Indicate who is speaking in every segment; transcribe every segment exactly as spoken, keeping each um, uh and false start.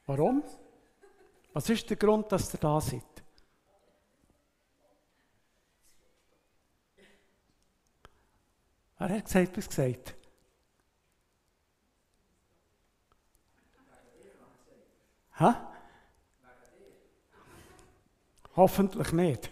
Speaker 1: Warum? Was ist der Grund, dass ihr da seid? Wer hat gesagt, was gesagt? Hä? Hoffentlich nicht.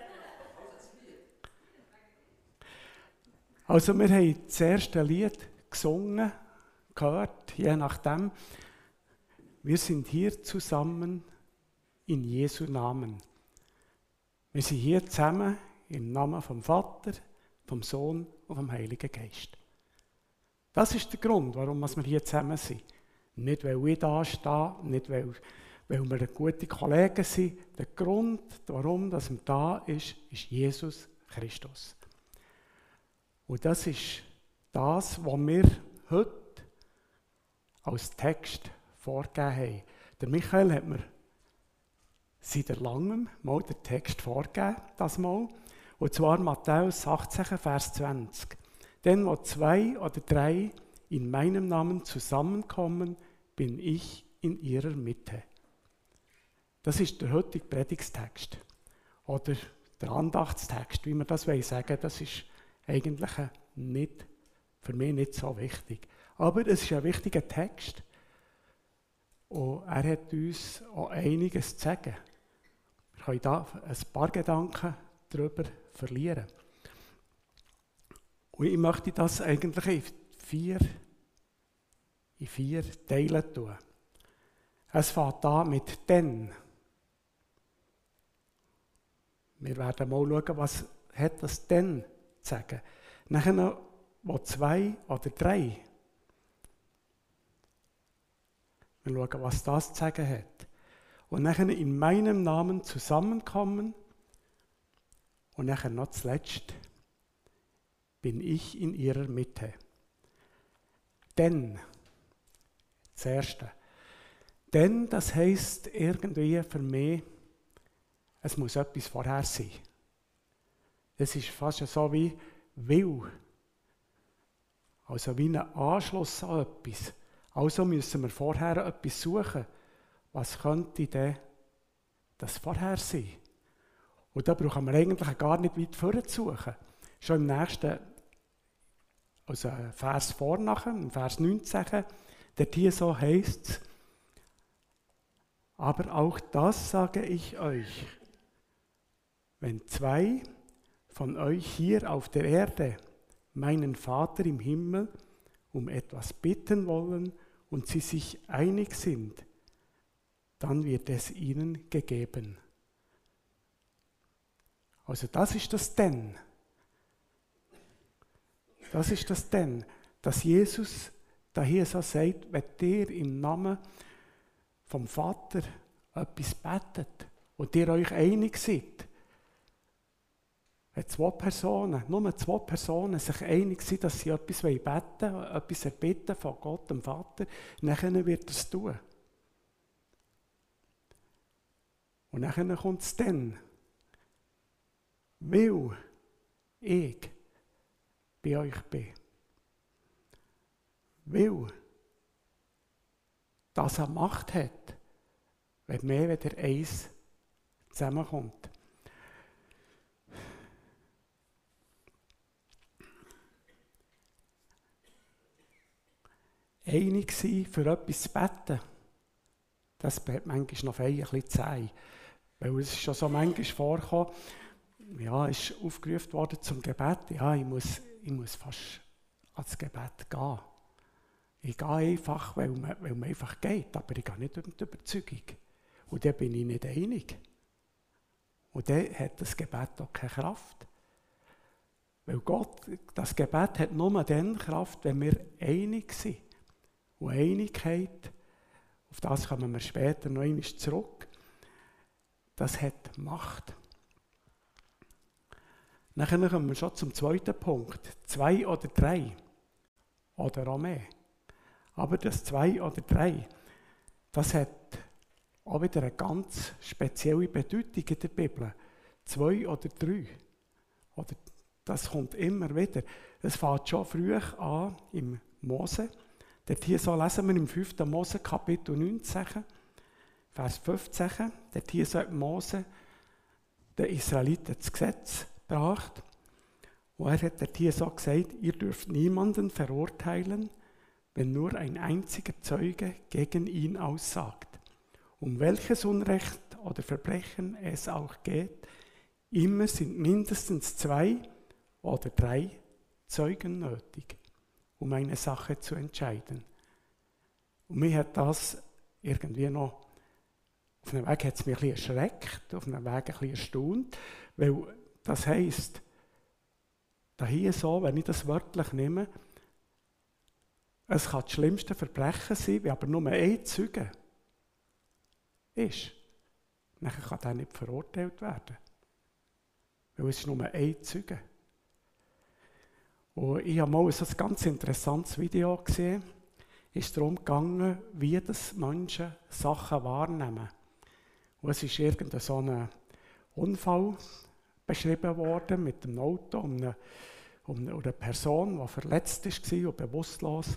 Speaker 1: Also wir haben das erste Lied gesungen, gehört, je nachdem. Wir sind hier zusammen in Jesu Namen. Wir sind hier zusammen im Namen vom Vater, vom Sohn und vom Heiligen Geist. Das ist der Grund, warum wir hier zusammen sind. Nicht, weil ich da stehe, nicht, weil, weil wir gute Kollegen sind. Der Grund, warum dass wir da ist, ist Jesus Christus. Und das ist das, was wir heute als Text vorgegeben haben. Der Michael hat mir seit langem mal den Text vorgegeben, das mal. Und zwar Matthäus achtzehn, Vers zwanzig. Denn wo zwei oder drei in meinem Namen zusammenkommen, bin ich in ihrer Mitte. Das ist der heutige Predigtstext. Oder der Andachtstext, wie man das sagen will. Das ist eigentlich nicht, für mich nicht so wichtig. Aber es ist ein wichtiger Text. Und er hat uns auch einiges zu sagen. Wir können da ein paar Gedanken darüber verlieren. Und ich möchte das eigentlich in vier, in vier Teile tun. Es fängt an mit «denn». Wir werden mal schauen, was hat das «denn» zu sagen. Nachher noch, wo zwei oder drei. Wir schauen, was das zu sagen hat. Und nachher in meinem Namen zusammenkommen. Und nachher noch zuletzt bin ich in ihrer Mitte. Denn, das Erste. Denn, das heisst irgendwie für mich, es muss etwas vorher sein. Das ist fast so wie «will». Also wie ein Anschluss an etwas. Also müssen wir vorher etwas suchen. Was könnte denn das vorher sein? Und da brauchen wir eigentlich gar nicht weit vorher zu suchen. Schon im nächsten, also Vers vornach, im Vers neunzehn, dort hier so heisst es, aber auch das sage ich euch, wenn zwei von euch hier auf der Erde meinen Vater im Himmel um etwas bitten wollen und sie sich einig sind, dann wird es ihnen gegeben. Also das ist das Denn. Das ist das Denn, dass Jesus da hier so sagt, wenn ihr im Namen vom Vater etwas betet und ihr euch einig seid, wenn zwei Personen, nur zwei Personen sich einig sind, dass sie etwas beten wollen, etwas erbitten von Gott, dem Vater, dann wird er es tun. Und dann kommt es dann, weil ich bei euch bin. Weil das er Macht hat, wenn mehr als eins zusammenkommt. Einig sein, für etwas zu beten, das hat manchmal noch ein bisschen zäh. Weil es ist schon so manchmal vorgekommen, ja, ist aufgerufen worden zum Gebet, ja, ich muss, ich muss fast ans Gebet gehen. Ich gehe einfach, weil man, weil man einfach geht, aber ich gehe nicht durch die Überzeugung. Und dann bin ich nicht einig. Und dann hat das Gebet auch keine Kraft. Weil Gott, das Gebet hat nur dann Kraft, wenn wir einig sind. Und Einigkeit, auf das kommen wir später noch einmal zurück, das hat Macht. Dann kommen wir schon zum zweiten Punkt. Zwei oder drei. Oder auch mehr. Aber das zwei oder drei, das hat auch wieder eine ganz spezielle Bedeutung in der Bibel. Zwei oder drei. Oder das kommt immer wieder. Das fängt schon früh an im Mose. Dort hier so lesen wir im fünften Mose Kapitel neunzehn. Vers fünfzehn, dort hier so hat Mose den Israeliten das Gesetz gebracht. Und er hat dort hier so gesagt, ihr dürft niemanden verurteilen, wenn nur ein einziger Zeuge gegen ihn aussagt. Um welches Unrecht oder Verbrechen es auch geht, immer sind mindestens zwei oder drei Zeugen nötig, um eine Sache zu entscheiden. Und mich hat das irgendwie noch, auf einem Weg hat es mich ein bisschen erschreckt, auf einem Weg ein bisschen erstaunt, weil das heisst, da hier so, wenn ich das wörtlich nehme, es kann das schlimmste Verbrechen sein, wenn aber nur ein Zeuge ist. Dann kann der nicht verurteilt werden. Weil es ist nur ein Zeuge. Und ich habe mal so ein ganz interessantes Video gesehen. Es ist darum gegangen, wie das Menschen Sachen wahrnehmen. Und es ist irgendein so ein Unfall beschrieben worden mit dem Auto um eine, um eine, eine Person, die verletzt war und bewusstlos.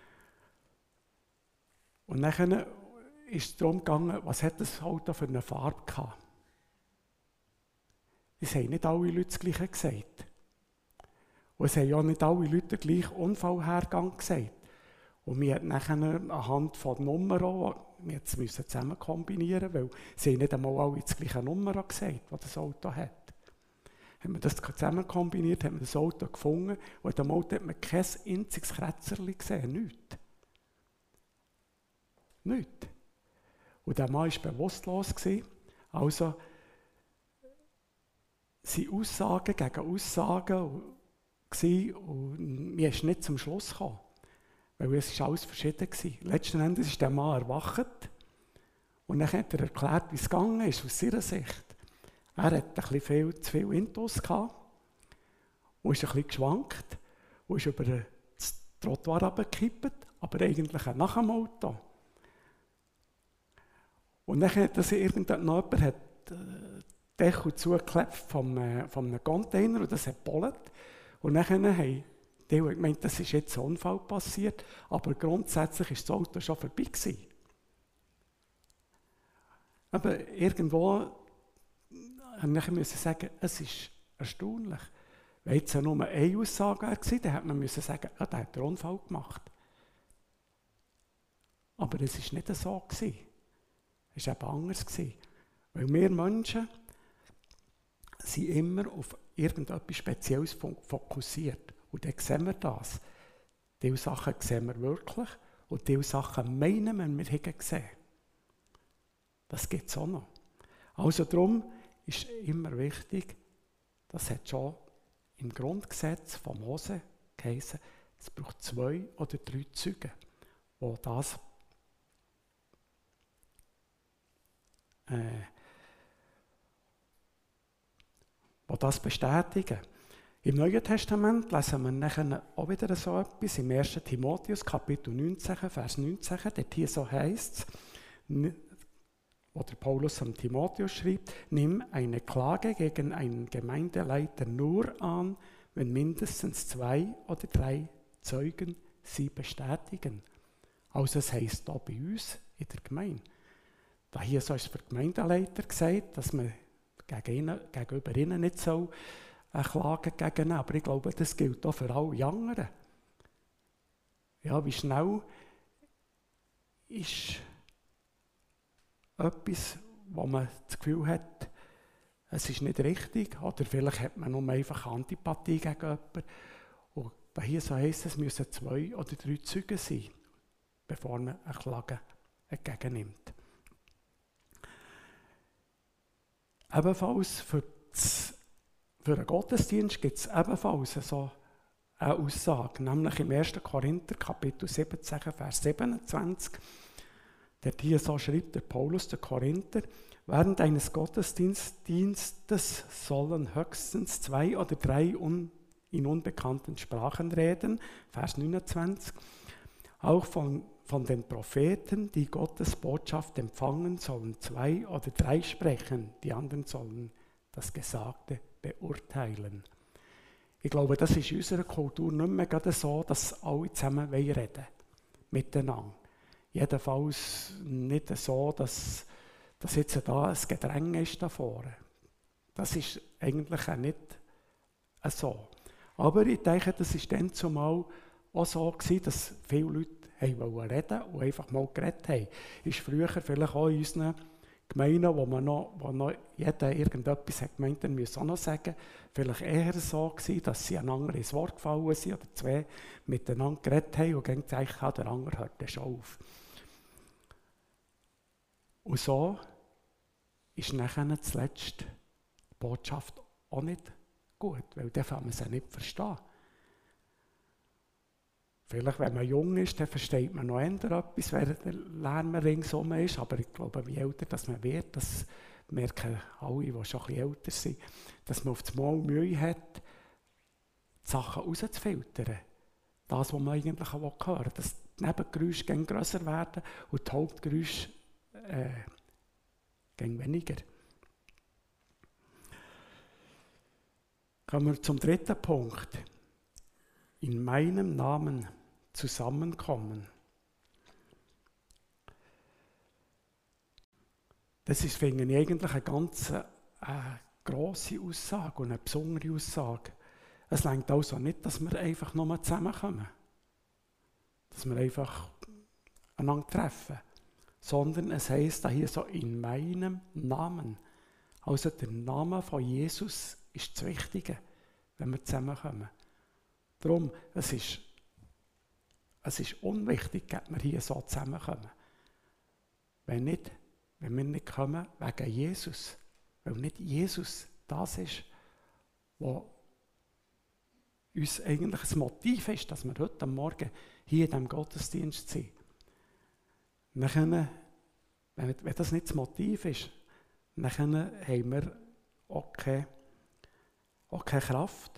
Speaker 1: Und dann ist es darum gegangen, was hat das Auto für eine Farbe gehabt. Es haben nicht alle Leute das Gleiche gesagt. Und es haben ja nicht alle Leute den gleichen Unfallhergang gesagt. Und wir mussten nachher anhand von Nummern, wir mussten zusammen kombinieren, weil sie haben nicht einmal alle das gleiche Nummer gesagt, das das Auto hat. Haben wir das zusammen kombiniert, haben wir das Auto gefunden und in dem Auto hat man kein einziges Kratzerchen gesehen, nichts. Nichts. Und der Mann war bewusstlos. Also sind Aussagen gegen Aussagen und wir sind nicht zum Schluss gekommen. Weil es war alles verschieden war. Letzten Endes ist der Mann erwacht und dann hat er erklärt, wie es gegangen ist aus seiner Sicht. Er hatte ein bisschen viel, zu viel Intus gehabt und ist ein bisschen geschwankt und ist über das Trottoir runtergekippt, aber eigentlich nach dem Auto. Und dann hat das irgendjemand hat den Deckel zugeklebt vom, äh, vom einem Container und das hat gebollt. Und dann haben die gemeint, das ist jetzt ein Unfall passiert, aber grundsätzlich war das Auto schon vorbei gewesen. Aber irgendwo musste ich sagen, es ist erstaunlich. Wenn jetzt nur eine Aussage war, dann hätte man müssen sagen, ja, der hat einen Unfall gemacht. Aber es war nicht so gewesen. Es war eben anders gewesen. Weil wir Menschen sind immer auf irgendetwas Spezielles fokussiert. Und dann sehen wir das. Diese Sachen sehen wir wirklich und diese Sachen meinen wir, wir hätten gesehen. Das gibt es auch noch. Also darum ist immer wichtig, das hat schon im Grundgesetz von Mose geheißen, es braucht zwei oder drei Zeugen, die das äh, die das bestätigen. Im Neuen Testament lesen wir nachher auch wieder so etwas, im ersten Timotheus, Kapitel neunzehn, Vers neunzehn, dort hier so heisst es, wo der Paulus an Timotheus schreibt, nimm eine Klage gegen einen Gemeindeleiter nur an, wenn mindestens zwei oder drei Zeugen sie bestätigen. Also es heisst auch bei uns in der Gemeinde. Da hier so ist es für die Gemeindeleiter gesagt, dass man gegen ihnen, gegenüber ihnen nicht so eine Klage gegen, aber ich glaube, das gilt auch für alle anderen. Ja, wie schnell ist etwas, wo man das Gefühl hat, es ist nicht richtig, oder vielleicht hat man nur einfach Antipathie gegen jemanden. Und hier so heisst es, müssen zwei oder drei Zeugen sein, bevor man eine Klage entgegennimmt. Ebenfalls für, das, für einen Gottesdienst gibt es ebenfalls so eine Aussage, nämlich im ersten Korinther, Kapitel siebzehn, Vers siebenundzwanzig. Dort hier so schreibt der Paulus, der Korinther, während eines Gottesdienstes sollen höchstens zwei oder drei un, in unbekannten Sprachen reden, Vers neunundzwanzig. Auch von, von den Propheten, die Gottes Botschaft empfangen, sollen zwei oder drei sprechen, die anderen sollen das Gesagte beurteilen. Ich glaube, das ist in unserer Kultur nicht mehr gerade so, dass alle zusammen reden wollen, miteinander. Jedenfalls nicht so, dass dass jetzt da ein Gedränge ist da vorne. Das ist eigentlich auch nicht so. Aber ich denke, das war dann zumal auch so gewesen, dass viele Leute haben reden und einfach mal geredet haben. Ist früher vielleicht auch in unseren Gemeinden, wo, man noch, wo noch jeder irgendetwas hat gemeint, dann müssen auch noch sagen, vielleicht eher so gewesen, dass sie einander ins Wort gefallen sind oder zwei miteinander geredet haben und dann gezeigt haben, der andere hört dann schon auf. Und so ist nachher zuletzt die Botschaft auch nicht gut, weil dann kann man sie nicht verstehen. Vielleicht, wenn man jung ist, dann versteht man noch eher etwas, während der Lärm ringsum ist. Aber ich glaube, je älter dass man wird, das merken alle, die schon ein bisschen älter sind, dass man auf das Mal Mühe hat, die Sachen rauszufiltern. Das, was man eigentlich auch hören will. Dass die Nebengeräusche gehen grösser werden und die Hauptgeräusche äh, gehen weniger. Kommen wir zum dritten Punkt. In meinem Namen zusammenkommen. Das ist, finde ich, eigentlich eine ganz äh, grosse Aussage und eine besondere Aussage. Es reicht also nicht, dass wir einfach nur zusammenkommen. Dass wir einfach einander treffen. Sondern es heisst hier so, in meinem Namen. Also der Name von Jesus ist das Wichtige, wenn wir zusammenkommen. Darum, es ist, es ist unwichtig, dass wir hier so zusammenkommen. Wenn, nicht, wenn wir nicht kommen, wegen Jesus. Weil nicht Jesus das ist, was uns eigentlich das Motiv ist, dass wir heute Morgen hier in diesem Gottesdienst sind. Dann, wenn, wenn das nicht das Motiv ist, dann haben wir auch keine, auch keine Kraft.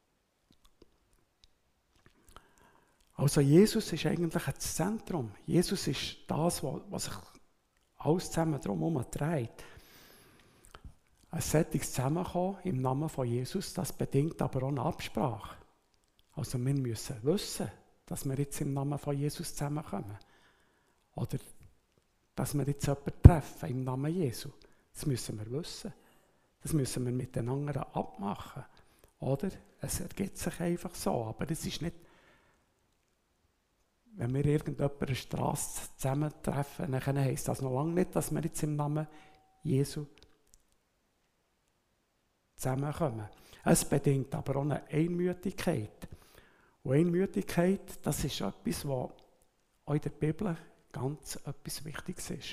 Speaker 1: Also Jesus ist eigentlich das Zentrum. Jesus ist das, was sich alles zusammen drumherum dreht. Ein solches Zusammenkommen im Namen von Jesus, das bedingt aber auch eine Absprache. Also wir müssen wissen, dass wir jetzt im Namen von Jesus zusammenkommen. Oder dass wir jetzt jemanden treffen im Namen Jesu. Das müssen wir wissen. Das müssen wir miteinander abmachen. Oder? Es ergibt sich einfach so, aber es ist nicht, wenn wir irgendjemanden eine Straße zusammentreffen, dann heisst das noch lange nicht, dass wir jetzt im Namen Jesu zusammenkommen. Es bedingt aber auch eine Einmütigkeit. Und Einmütigkeit, das ist etwas, was auch in der Bibel ganz etwas Wichtiges ist.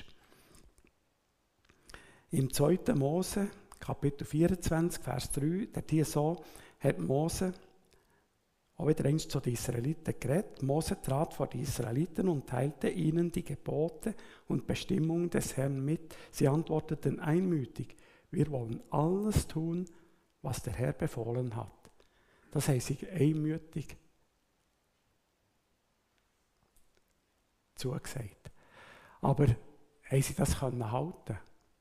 Speaker 1: Im zweiten Mose, Kapitel vierundzwanzig, Vers drei, dort hier so, hat Mose auch wieder eins zu den Israeliten geredet. Mose trat vor die Israeliten und teilte ihnen die Gebote und Bestimmungen des Herrn mit. Sie antworteten einmütig, wir wollen alles tun, was der Herr befohlen hat. Das haben sie einmütig zugesagt. Aber haben sie das können halten?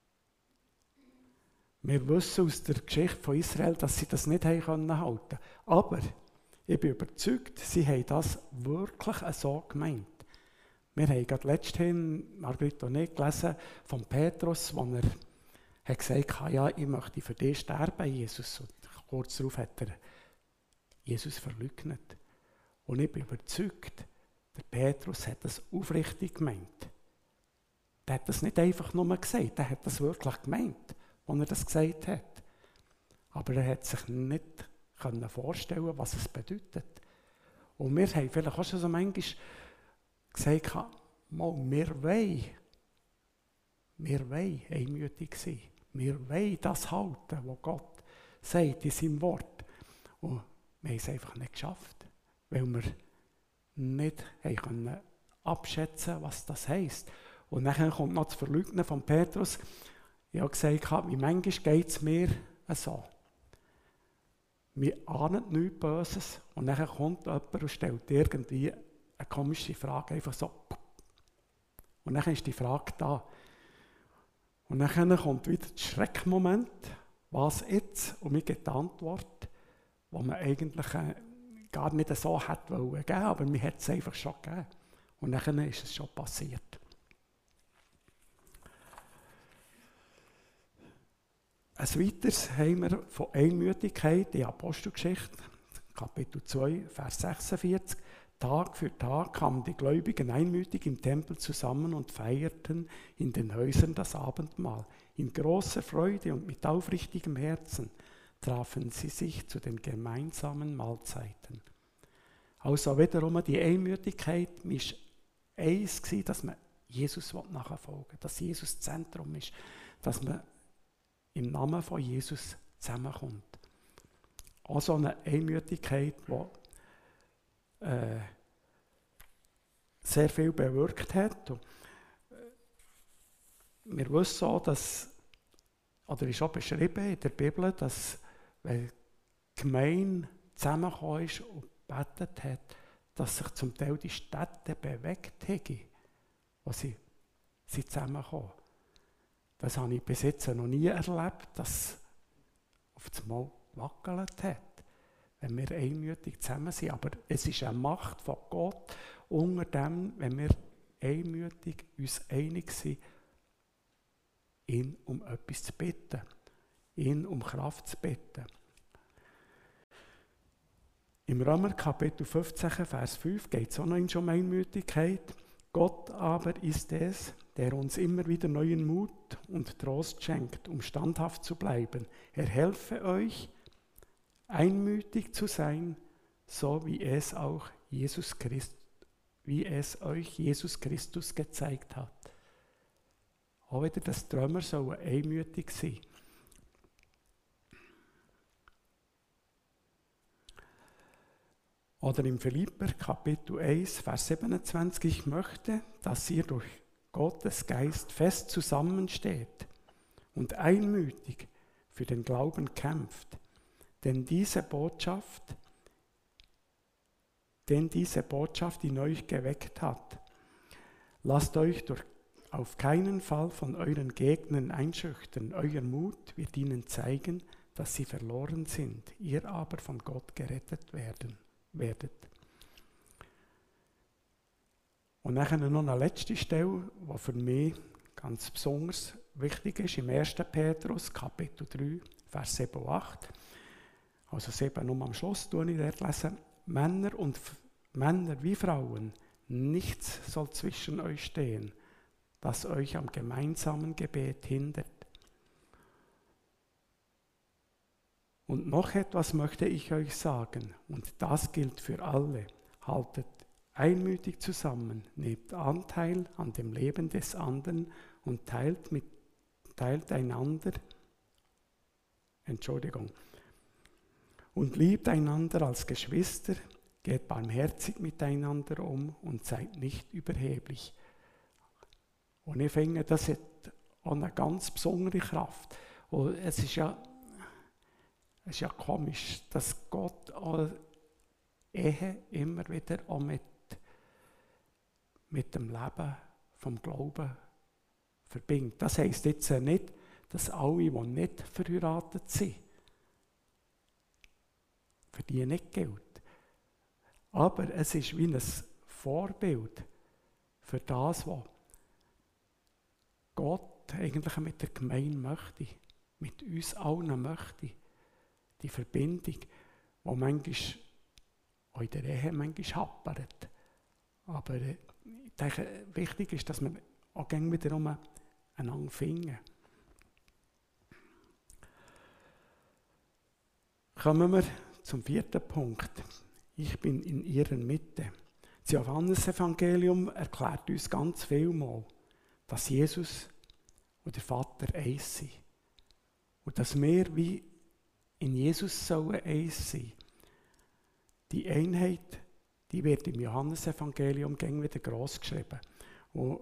Speaker 1: Wir wissen aus der Geschichte von Israel, dass sie das nicht haben können halten. Aber ich bin überzeugt, sie haben das wirklich so gemeint. Wir haben gerade letzthin, Margrit und ich, gelesen von Petrus, wo er hat gesagt hat, ja, ich möchte für dich sterben, Jesus. Und kurz darauf hat er Jesus verleugnet. Und ich bin überzeugt, der Petrus hat das aufrichtig gemeint. Der hat das nicht einfach nur gesagt, der hat das wirklich gemeint, als er das gesagt hat. Aber er hat sich nicht können vorstellen, was es bedeutet. Und wir haben vielleicht auch schon so manchmal gesagt, mal, wir wollen, wir wollen einmütig sein. Wir wollen das halten, was Gott sagt in seinem Wort. Und wir haben es einfach nicht geschafft, weil wir nicht können abschätzen, was das heisst. Und dann kommt noch das Verleugnen von Petrus. Ich habe gesagt, wie manchmal geht es mir so. Wir ahnen nichts Böses und dann kommt jemand und stellt irgendwie eine komische Frage, einfach so. Und dann ist die Frage da. Und dann kommt wieder der Schreckmoment, was jetzt? Und mir gibt die Antwort, die man eigentlich gar nicht so hätte wollen geben, aber mir hat es einfach schon gegeben. Und dann ist es schon passiert. Ein weiteres haben wir von Einmütigkeit in Apostelgeschichte, Kapitel zwei, Vers sechsundvierzig. Tag für Tag kamen die Gläubigen einmütig im Tempel zusammen und feierten in den Häusern das Abendmahl. In großer Freude und mit aufrichtigem Herzen trafen sie sich zu den gemeinsamen Mahlzeiten. Also wiederum die Einmütigkeit war eins, dass man Jesus nachfolgen will, dass Jesus Zentrum ist, dass man im Namen von Jesus zusammenkommt. Auch so eine Einmütigkeit, die äh, sehr viel bewirkt hat. Und wir wissen auch, dass, oder ist auch beschrieben in der Bibel, dass wenn die Gemeinde zusammengekommen ist und gebetet hat, dass sich zum Teil die Städte bewegt haben, wo sie, sie zusammenkommen. Das habe ich bis jetzt noch nie erlebt, dass auf einmal wackelt hat, wenn wir einmütig zusammen sind. Aber es ist eine Macht von Gott unter dem, wenn wir einmütig uns einig sind, ihn um etwas zu bitten, ihn um Kraft zu bitten. Im Römer Kapitel fünfzehn, Vers fünf geht es auch noch um Einmütigkeit. Gott aber ist es, der uns immer wieder neuen Mut und Trost schenkt, um standhaft zu bleiben. Er helfe euch, einmütig zu sein, so wie es auch Jesus Christ, wie es euch Jesus Christus gezeigt hat. Auch wieder, dass die Römer sollen einmütig sein. Oder im Philipper Kapitel eins, Vers siebenundzwanzig, ich möchte, dass ihr durch Gottes Geist fest zusammensteht und einmütig für den Glauben kämpft. Denn diese Botschaft, denn diese Botschaft in euch geweckt hat, lasst euch durch, auf keinen Fall von euren Gegnern einschüchtern. Euer Mut wird ihnen zeigen, dass sie verloren sind, ihr aber von Gott gerettet werden. werdet. Und dann noch eine letzte Stelle, die für mich ganz besonders wichtig ist, im ersten Petrus, Kapitel drei, Vers sieben und acht. Also sieben nur am Schluss, tue ich dort lesen. Männer und F- Männer wie Frauen, nichts soll zwischen euch stehen, das euch am gemeinsamen Gebet hindert. Und noch etwas möchte ich euch sagen, und das gilt für alle. Haltet einmütig zusammen, nehmt Anteil an dem Leben des anderen und teilt, mit, teilt einander, Entschuldigung, und liebt einander als Geschwister, geht barmherzig miteinander um und seid nicht überheblich. Und ich finde, das hat auch eine ganz besondere Kraft. Und es ist ja Es ist ja komisch, dass Gott auch Ehe immer wieder auch mit, mit dem Leben vom Glauben verbindet. Das heisst jetzt nicht, dass alle, die nicht verheiratet sind, für die nicht gilt. Aber es ist wie ein Vorbild für das, was Gott eigentlich mit der Gemeinde möchte, mit uns allen möchte. Die Verbindung, die manchmal auch in der Ehe manchmal hapert. Aber ich denke, wichtig ist, dass wir auch gerne wiederum einander finden. Kommen wir zum vierten Punkt. Ich bin in ihrer Mitte. Das Johannesevangelium erklärt uns ganz viel mal, dass Jesus und der Vater eins sind. Und dass wir wie in Jesus sollen eins sein. Die Einheit, die wird im Johannesevangelium gäng wieder gross geschrieben. Und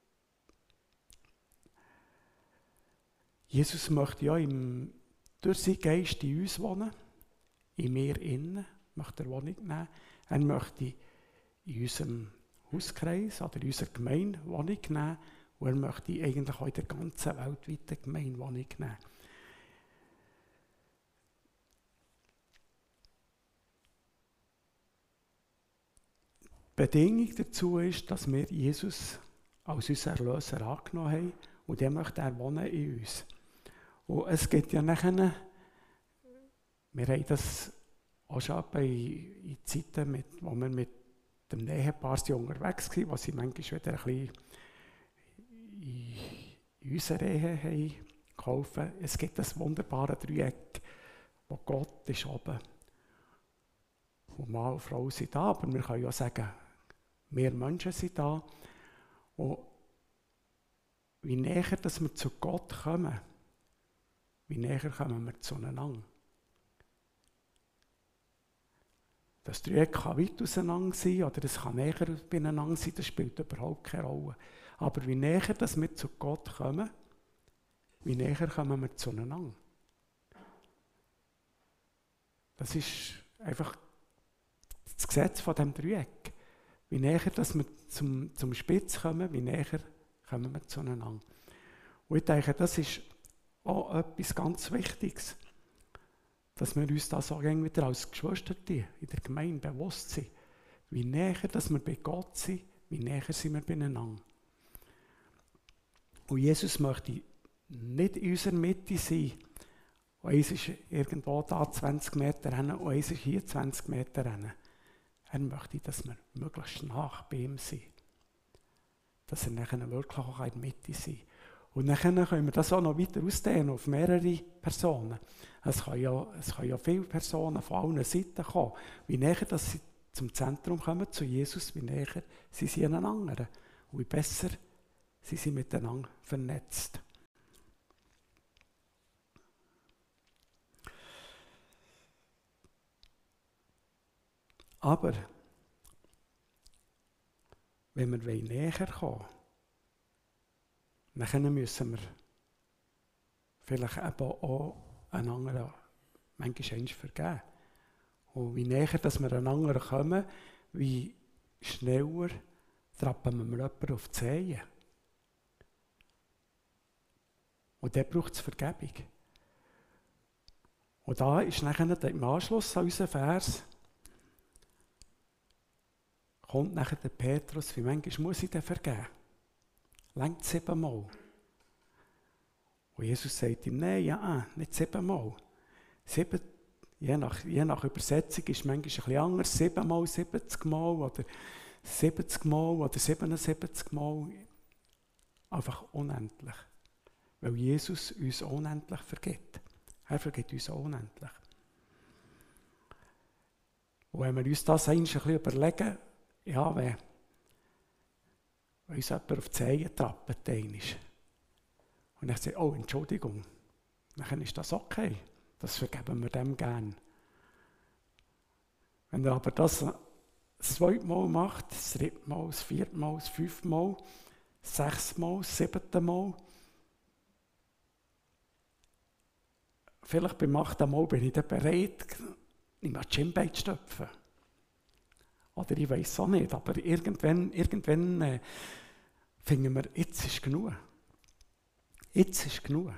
Speaker 1: Jesus möchte ja im, durch seinen Geist in uns wohnen, in mir innen, möchte er Wohnung nehmen. Er möchte in unserem Hauskreis oder in unserer Gemeinde Wohnung nehmen und er möchte eigentlich auch in der ganzen weltweiten Gemeinde Wohnung nehmen. Die Bedingung dazu ist, dass wir Jesus als unseren Erlöser angenommen haben und der möchte er wohnen in uns. Und es gibt ja nachher, wir haben das auch schon in, in Zeiten, mit, wo wir mit dem Ehepaar unterwegs waren, wo sie manchmal wieder ein bisschen in, in unserer Ehe haben geholfen. Es gibt das wunderbare Dreieck, wo Gott ist oben. Und Mann und Frau sind da, aber wir können ja sagen, wir Menschen sind da. Und wie näher dass wir zu Gott kommen, wie näher kommen wir zueinander. Das Dreieck kann weit auseinander sein oder es kann näher beieinander sein, das spielt überhaupt keine Rolle. Aber wie näher dass wir zu Gott kommen, wie näher kommen wir zueinander. Das ist einfach das Gesetz von dem Dreieck. Wie näher dass wir zum, zum Spitz kommen, wie näher kommen wir zueinander. Und ich denke, das ist auch etwas ganz Wichtiges, dass wir uns das auch wieder als Geschwister in der Gemeinde bewusst sind. Wie näher dass wir bei Gott sind, wie näher sind wir beieinander. Und Jesus möchte nicht in unserer Mitte sein. Und eins ist irgendwo da zwanzig Meter hin und eins ist hier zwanzig Meter hin. Er möchte, dass wir möglichst nah bei ihm sind. Dass er nachher wirklich auch in der Mitte sein kann. Und dann können wir das auch noch weiter ausdehnen auf mehrere Personen. Es können ja, es können ja viele Personen von allen Seiten kommen. Wie näher dass sie zum Zentrum kommen, zu Jesus, wie näher sie sind aneinander. Und wie besser sie sind miteinander vernetzt. Aber wenn wir näher kommen wollen, dann müssen wir vielleicht eben auch einander manchmal vergeben. Und wie näher dass wir einander kommen, wie schneller trappen wir jemanden auf die Zehen. Und dann braucht es Vergebung. Und da ist nachher im Anschluss an unseren Vers, kommt nachher der Petrus, wie manchmal muss ich den vergeben? Längt siebenmal. Und Jesus sagt ihm, nein, ja, nicht siebenmal. Sieben, je, nach, je nach Übersetzung ist es manchmal ein bisschen anders, siebenmal, siebzig Mal oder siebzig Mal oder siebenundsiebzig Mal. Einfach unendlich. Weil Jesus uns unendlich vergibt. Er vergibt uns unendlich. Und wenn wir uns das ein bisschen überlegen, ja, wenn, wenn uns jemand auf die Zehen trappt, und ich sage, oh, Entschuldigung, dann ist das okay. Das vergeben wir dem gern. Wenn er aber das das zweite Mal macht, das dritte Mal, das vierte Mal, das fünfte Mal, das sechste Mal, das siebte Mal, vielleicht beim achten Mal bin ich dann bereit, in mein Gymbein zu stopfen. Oder ich weiß es auch nicht, aber irgendwann, irgendwann äh, finden wir, jetzt ist genug. Jetzt ist genug.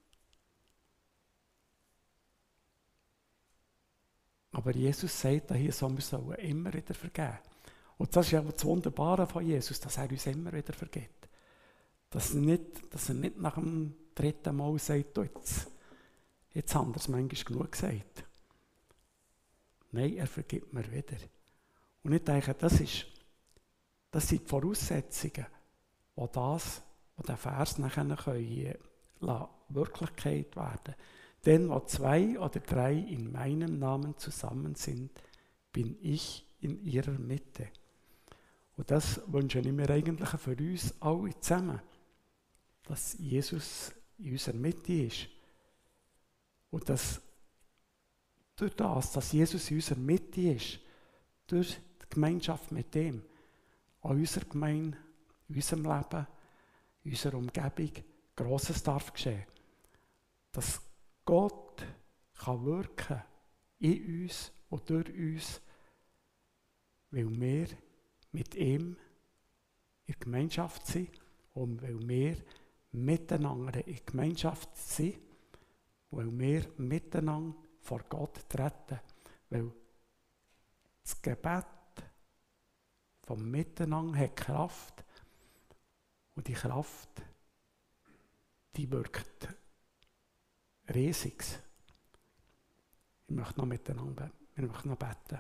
Speaker 1: Aber Jesus sagt hier, so, wir sollen immer wieder vergeben. Und das ist ja das Wunderbare von Jesus, dass er uns immer wieder vergibt. Dass er nicht, dass er nicht nach dem dritten Mal sagt, jetzt, jetzt haben wir es manchmal genug gesagt. Nein, er vergibt mir wieder. Und ich denke, das, ist, das sind die Voraussetzungen, die das, die der Vers nachher können, Wirklichkeit werden. Denn wo zwei oder drei in meinem Namen zusammen sind, bin ich in ihrer Mitte. Und das wünsche ich mir eigentlich für uns alle zusammen, dass Jesus in unserer Mitte ist. Und dass durch das, dass Jesus in unserer Mitte ist, durch die Gemeinschaft mit ihm, an unserer Gemeinde, in unserem Leben, in unserer Umgebung, Grosses darf geschehen. Dass Gott kann wirken in uns und durch uns, weil wir mit ihm in Gemeinschaft sind und weil wir miteinander in Gemeinschaft sind, weil wir miteinander vor Gott treten, weil das Gebet vom Miteinander hat Kraft und die Kraft, die wirkt Riesiges. Ich möchte noch miteinander, wir möchten noch beten.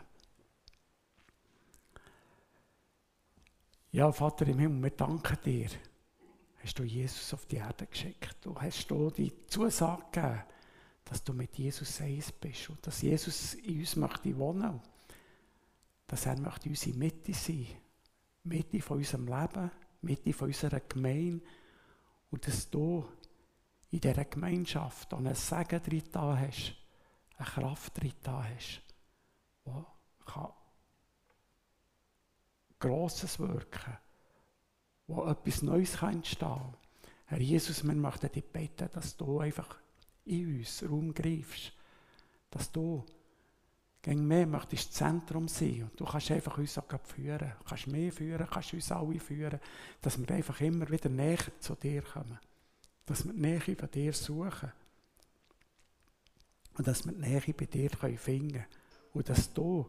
Speaker 1: Ja, Vater im Himmel, wir danken dir. Hast du Jesus auf die Erde geschickt. Du hast du die Zusage gegeben, dass du mit Jesus eins bist und dass Jesus in uns möchte wohnen. Dass er möchte in unserer Mitte sein. Mitte von unserem Leben, Mitte von unserer Gemeinde. Und dass du in dieser Gemeinschaft einen Segen drin da hast, eine Kraft drin da hast, die kann Grosses wirken, wo etwas Neues kann entstehen kann. Herr Jesus, wir möchten dich beten, dass du einfach in uns Raum greifst, dass du gegen mehr möchtest Zentrum sein und du kannst einfach uns auch führen, du kannst mehr führen, kannst uns alle führen, dass wir einfach immer wieder näher zu dir kommen, dass wir die Nähe von dir suchen und dass wir die Nähe bei dir finden können und dass du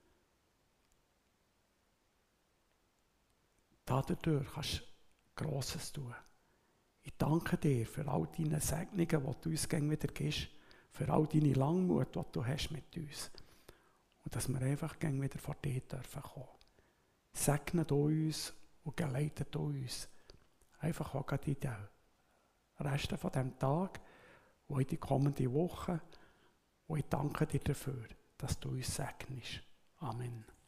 Speaker 1: dadurch kannst Grosses tun. Ich danke dir für all deine Segnungen, die du uns gegen wieder gibst, für all deine Langmut, die du hast mit uns. Und dass wir einfach gegen wieder vor dir dürfen kommen. Segne du uns und geleite du uns. Einfach auch in den Rest von diesem Tag und in die kommende Woche. Und ich danke dir dafür, dass du uns segnest. Amen.